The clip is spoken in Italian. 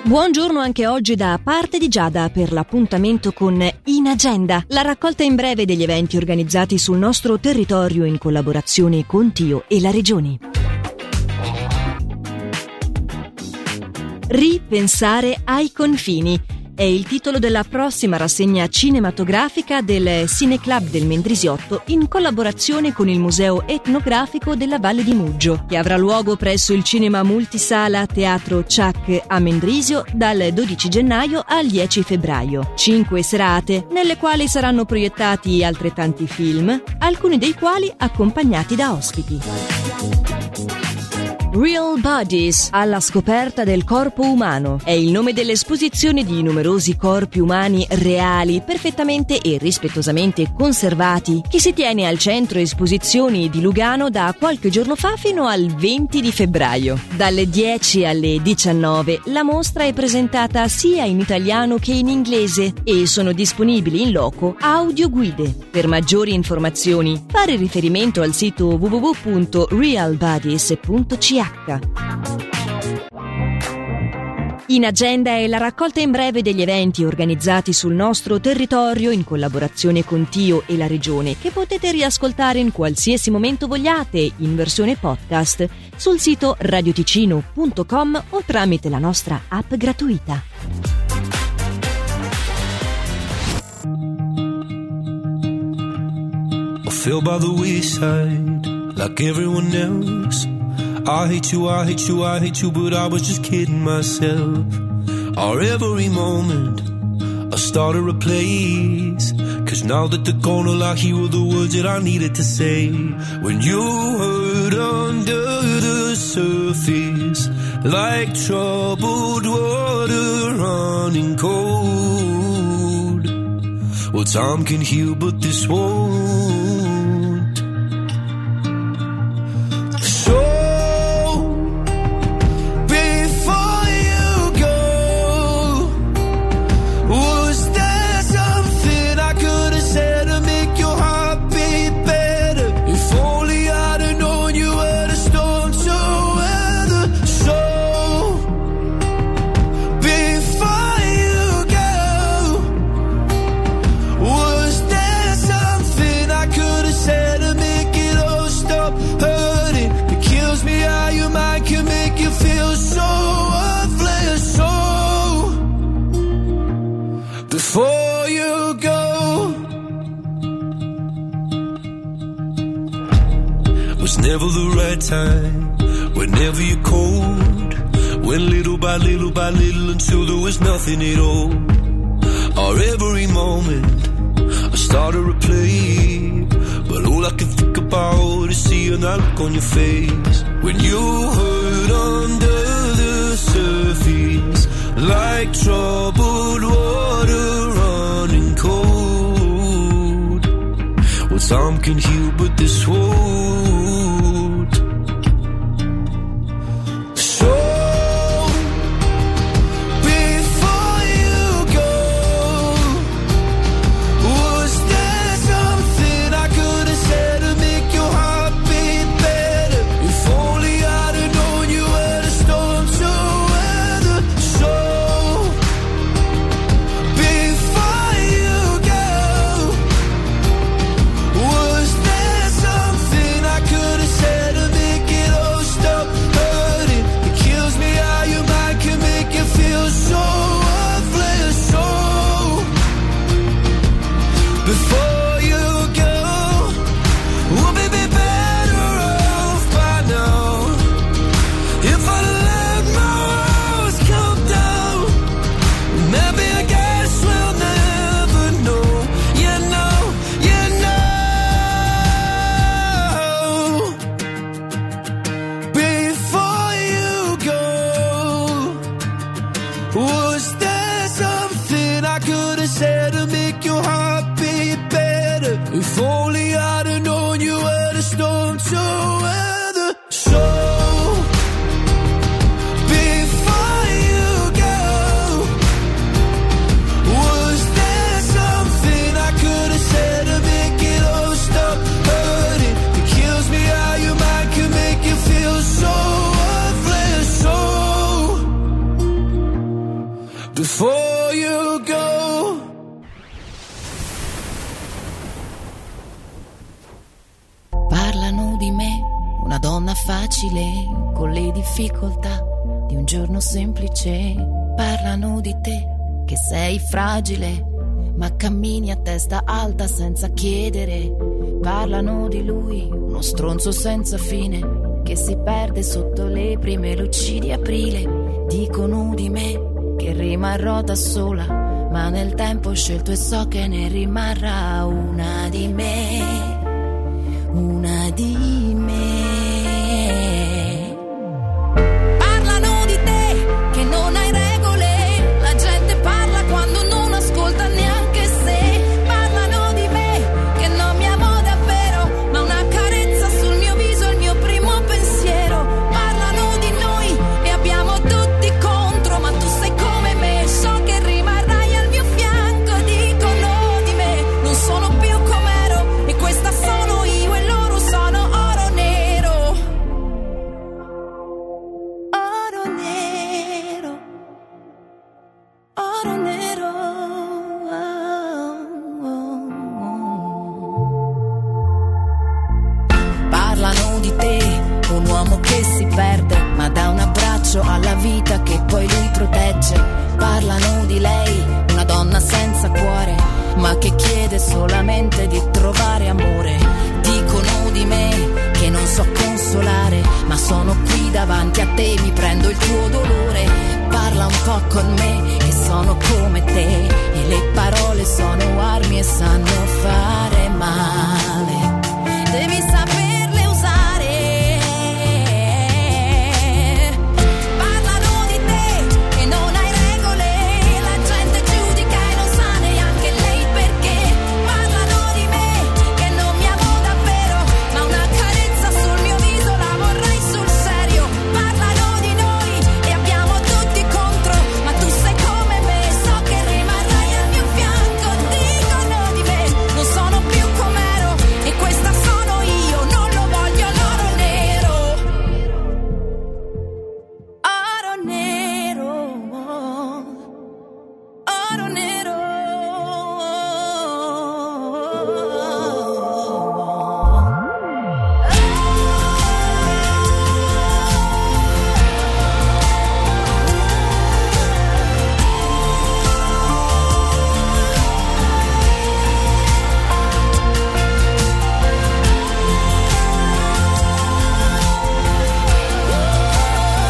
Buongiorno anche oggi da parte di Giada per l'appuntamento con In Agenda, la raccolta in breve degli eventi organizzati sul nostro territorio in collaborazione con Tio e la Regione. Ripensare ai confini è il titolo della prossima rassegna cinematografica del Cineclub del Mendrisiotto in collaborazione con il Museo Etnografico della Valle di Muggio, che avrà luogo presso il cinema multisala Teatro Ciak a Mendrisio dal 12 gennaio al 10 febbraio. 5 serate, nelle quali saranno proiettati altrettanti film, alcuni dei quali accompagnati da ospiti. Real Bodies, alla scoperta del corpo umano, è il nome dell'esposizione di numerosi corpi umani reali, perfettamente e rispettosamente conservati, che si tiene al centro esposizioni di Lugano da qualche giorno fa fino al 20 di febbraio. Dalle 10 alle 19 la mostra è presentata sia in italiano che in inglese e sono disponibili in loco audioguide. Per maggiori informazioni fare riferimento al sito www.realbodies.ch. In Agenda è la raccolta in breve degli eventi organizzati sul nostro territorio in collaborazione con Tio e la Regione, che potete riascoltare in qualsiasi momento vogliate in versione podcast sul sito radioticino.com o tramite la nostra app gratuita. I feel by the wayside like everyone else. I hate you, I hate you, I hate you, but I was just kidding myself. Our every moment I started a place, 'cause now that they're gone, all I hear were the words that I needed to say. When you hurt under the surface, like troubled water running cold. Well, time can heal, but this won't. Before you go, was never the right time, whenever you're cold, went little by little by little until there was nothing at all. Our every moment I started to play, but all I can think about is seeing that look on your face. When you hurt under the surface, like troubled water running cold. Well, time can heal, but this won't. So before you go, was there something I could have said to make your heart beat better? If only I'd have known you were the storm to weather. So before you go, we'll be better off by now. If I let my walls come down, maybe I guess we'll never know. You know, before you go, was there something I could have said to make your heart beat better? If only I'd have known you were the storm to weather. So before you go, was there something I could have said to make it all stop hurting? It kills me how your mind can make you feel so worthless. So facile con le difficoltà di un giorno semplice. Parlano di te che sei fragile, ma cammini a testa alta senza chiedere. Parlano di lui, uno stronzo senza fine, che si perde sotto le prime luci di aprile. Dicono di me che rimarrò da sola, ma nel tempo ho scelto e so che ne rimarrà una di me, una di me. Parlano di te che non hai regole, la gente parla quando non ascolta neanche se. Parlano di me che non mi amo davvero, ma una carezza sul mio viso è il mio primo pensiero. Parlano di noi e abbiamo tutti contro, ma tu sei come me, so che rimarrai al mio fianco. Dicono di me non sono più com'ero, e questa sono io e loro sono oro nero. Oro nero, oro nero. Parlano di te, un uomo che si perde, ma dà un abbraccio alla vita che poi lui protegge. Parlano di lei, una donna senza cuore, ma che chiede solamente di trovare amore. Dicono di me che non so consolare, ma sono qui davanti a te, mi prendo il tuo dolore. Parla un po' con me, che sono come te, e le parole sono armi e sanno fare male. Devi sapere